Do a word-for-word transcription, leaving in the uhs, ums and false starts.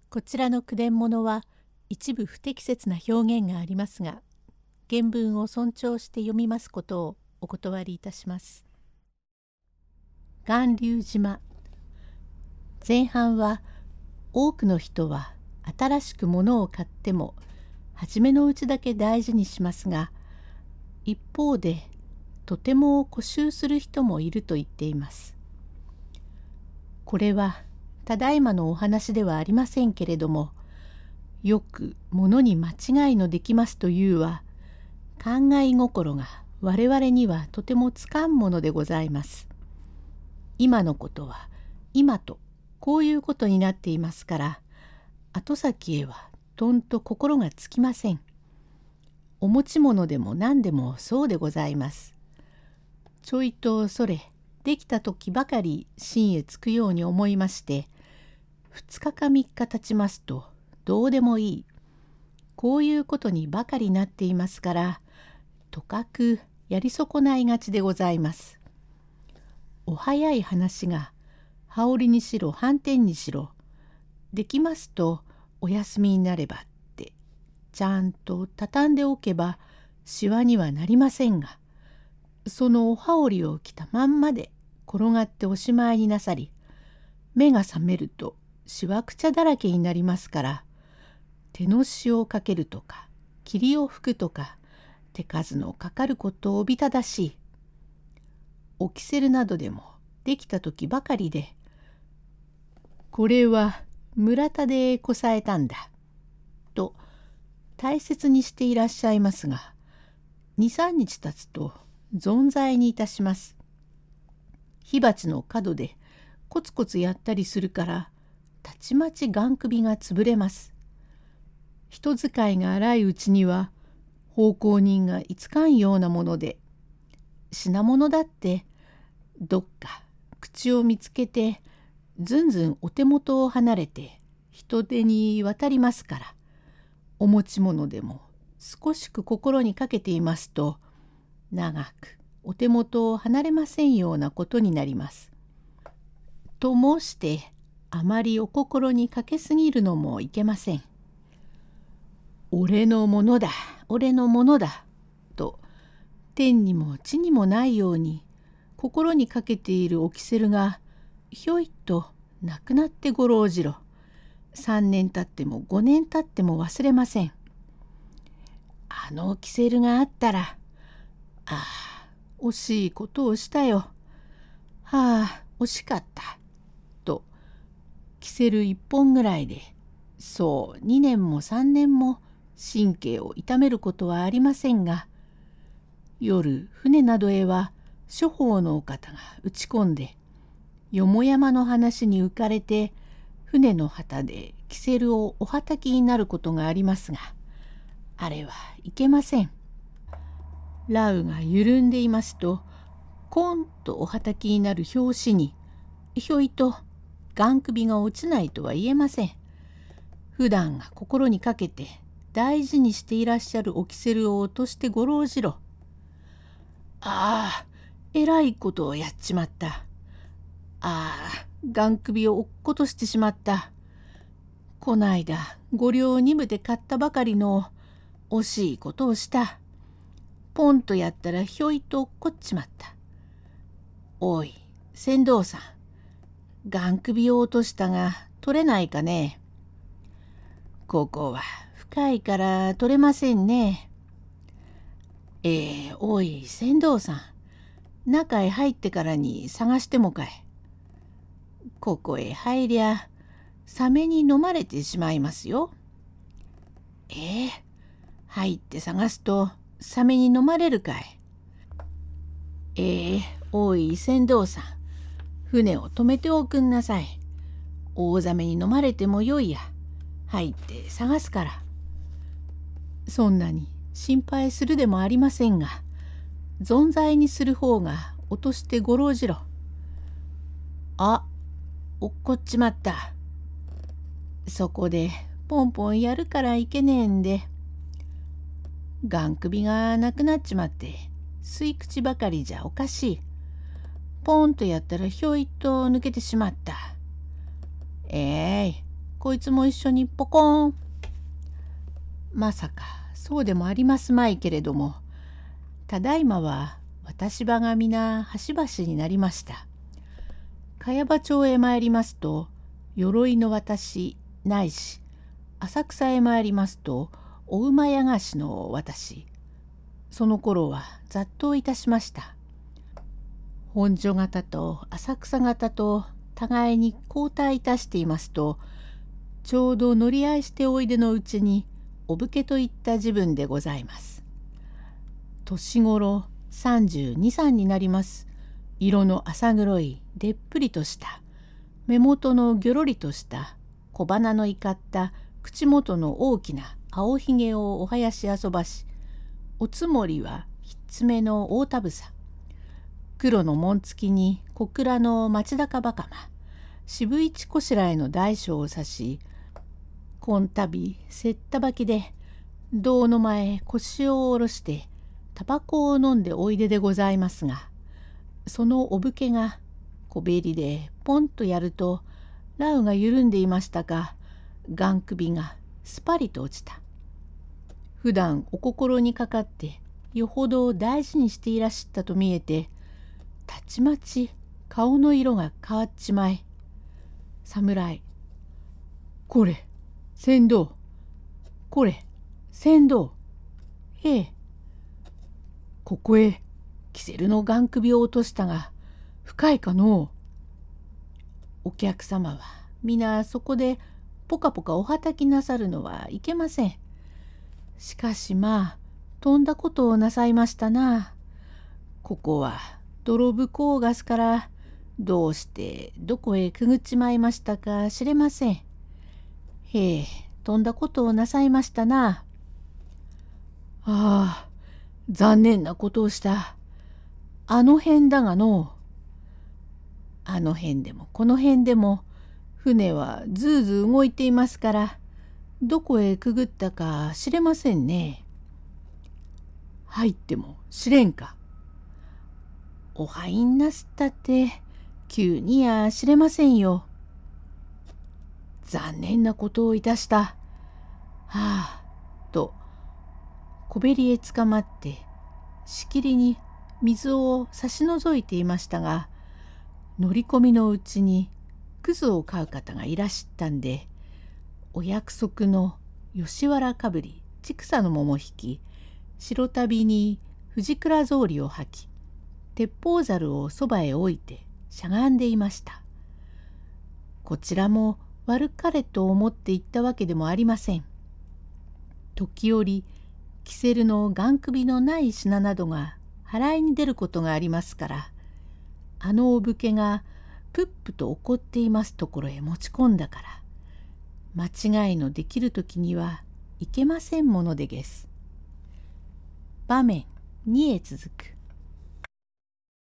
こちらの句伝物は一部不適切な表現がありますが、原文を尊重して読みますことをお断りいたします。巌流島。前半は多くの人は新しく物を買っても初めのうちだけ大事にしますが、一方でとても固執する人もいると言っています。これはただいまのお話ではありませんけれども、よく物に間違いのできますというは、考え心が我々にはとてもつかんものでございます。今のことは今とこういうことになっていますから、後先へはとんと心がつきません。お持ち物でも何でもそうでございます。ちょいとそれできた時ばかり真へつくように思いまして、二日か三日経ちますとどうでもいい、こういうことにばかりなっていますから、とかくやり損ないがちでございます。お早い話が羽織にしろ斑点にしろ、できますとお休みになればってちゃんと畳んでおけばしわにはなりませんが、そのお羽織を着たまんまで転がっておしまいになさり、目が覚めるとしわくちゃだらけになりますから、手の塩をかけるとか霧を吹くとか手数のかかることをおびただしい。おきせるなどでもできた時ばかりで、これは村田でこさえたんだと大切にしていらっしゃいますが、二三日経つと存在にいたします。火鉢の角でコツコツやったりするから、たちまちがん首が潰れます。人使いが荒いうちには奉公人がいつかんようなもので、品物だってどっか口を見つけてずんずんお手元を離れて人手に渡りますから、お持ち物でも少しく心にかけていますと、長くお手元を離れませんようなことになります。と申してあまりお心にかけすぎるのもいけません。俺のものだ、俺のものだと天にも地にもないように心にかけているおきせるがひょいっとなくなってごろうじろ。三年経っても五年経っても忘れません。あのおきせるがあったら、ああ惜しいことをしたよ。はあ惜しかった。ときせる一本ぐらいで、そう二年も三年も神経を痛めることはありませんが、夜船などへは諸方のお方が打ち込んで、よもやまの話に浮かれて船の旗できせるをおはたきになることがありますが、あれはいけません。ラウが緩んでいますと、コンとおはたきになる拍子にひょいとがん首が落ちないとは言えません。普段が心にかけて大事にしていらっしゃるおきせるを落としてごろうじろ。ああえらいことをやっちまった。ああがん首を落っことしてしまった。こないだ五両二分で買ったばかりの惜しいことをした。ポンとやったらひょいと落っこっちまった。おい船頭さん、がん首を落としたが取れないかね。ここは深いから取れませんね。ええー、おい船頭さん、中へ入ってからに探してもかい。ここへ入りゃサメに飲まれてしまいますよ。ええー、入って探すとサメに飲まれるかい。ええー、おい船頭さん、船を止めておくんなさい。大ザメに飲まれてもよいや。入って探すから。そんなに心配するでもありませんが、存在にする方が落としてごろうじろ。あ、落っこっちまった。そこでポンポンやるからいけねえんで。がん首がなくなっちまって吸い口ばかりじゃおかしい。ポンとやったらひょいっと抜けてしまった。ええい、 こいつも一緒にポコーン。まさかそうでもありますまいけれども、ただいまは私場が皆端々になりました。茅場町へ参りますと鎧の私ないし、浅草へ参りますとお馬屋菓子の私、その頃はざっといたしました。本所方と浅草方と互いに交代いたしていますと、ちょうど乗り合いしておいでのうちにお武家といった自分でございます。年頃さんじゅうに、さんになります。色の浅黒いでっぷりとした、目元のぎょろりとした小鼻の怒った口元の大きな青ひげをお囃し遊ばし、おつもりはひっつめの大たぶさ、黒の紋付きに小倉の町高ばかま、渋市こしらえの大小を指し、こんたびせったばきで胴の前腰を下ろしてタバコを飲んでおいででございますが、そのお武家が小べりでポンとやるとラウが緩んでいましたが、がん首がスパリと落ちた。普段お心にかかってよほど大事にしていらっしゃったと見えて、たちまち顔の色が変わっちまい、侍、これ船頭、これ船頭、へえ、ここへキセルのがん首を落としたが深いかのう。お客様は皆そこでポカポカおはたきなさるのはいけません。しかしまあとんだことをなさいましたな。ここは泥ぶこうがすからどうしてどこへくぐっちまいましたか知れません。へえ、とんだことをなさいましたな。ああ、残念なことをした。あの辺だがの。あの辺でもこの辺でも船はずうずう動いていますから、どこへくぐったか知れませんね。入っても知れんか。お入んなすったって急にや知れませんよ。残念なことをいたした。はあ、と小べりへつかまってしきりに水を差し除いていましたが、乗り込みのうちにくずを買う方がいらっしゃったんで、お約束の吉原かぶり千草の桃引き、白旅に藤倉草履を履き、鉄砲ざるをそばへ置いてしゃがんでいました。こちらも悪かれと思って行ったわけでもありません。時折キセルのがん首のない品などが払いに出ることがありますから、あのお武家がプップと怒っていますところへ持ち込んだから、間違いのできる時にはいけませんものでげす。場面にへ続く。